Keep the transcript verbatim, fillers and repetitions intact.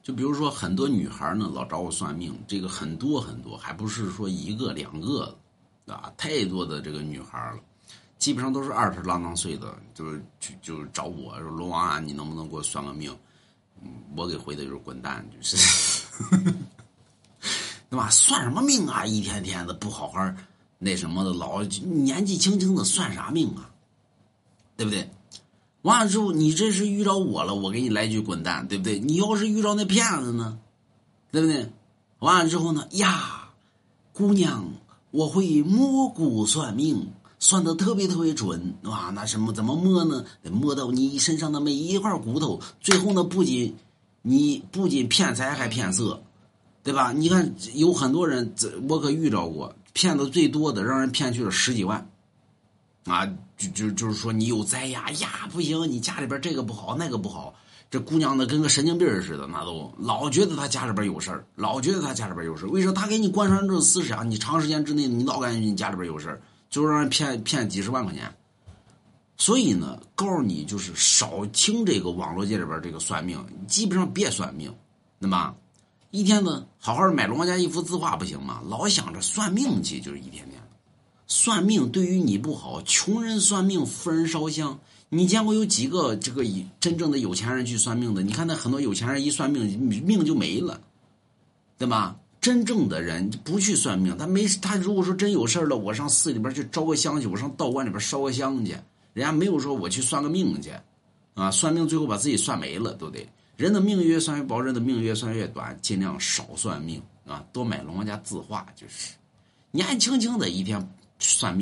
就比如说很多女孩呢，老找我算命，这个很多很多，还不是说一个两个啊，太多的这个女孩了，基本上都是二十郎当岁的，就是就就找我说龙王啊，你能不能给我算个命？嗯，我给回的就是滚蛋，就是，对吧？算什么命啊？一天天的不好好那什么的，老年纪轻轻的算啥命啊？对不对？完了之后，你这是遇着我了，我给你来句滚蛋，对不对？你要是遇着那骗子呢，对不对？完了之后呢，呀，姑娘，我会摸骨算命，算得特别特别准，哇，那什么怎么摸呢？得摸到你身上的每一块骨头，最后呢，不仅你不仅骗财还骗色，对吧？你看有很多人，我可遇着过，骗的最多的，让人骗去了十几万。啊，就就就是说你有灾呀呀，不行，你家里边这个不好那个不好，这姑娘呢跟个神经病似的，那都老觉得她家里边有事儿，老觉得她家里边有事儿。为什么？她给你灌输这种思想，你长时间之内你老感觉你家里边有事儿，就让人骗骗几十万块钱。所以呢，告诉你就是少听这个网络界里边这个算命，基本上别算命，对吧？一天呢，好好买龙王家一幅字画不行吗？老想着算命去，就是一天天。算命对于你不好，穷人算命，富人烧香。你见过有几个这个真正的有钱人去算命的？你看那很多有钱人一算命，命就没了，对吧？真正的人不去算命，他没他如果说真有事了，我上寺里边去招个香去，我上道观里边烧个香去，人家没有说我去算个命去，啊，算命最后把自己算没了，对不对？人的命越算越薄，人的命越算越短，尽量少算命啊，多买龙王家字画就是。年轻轻的一天算命。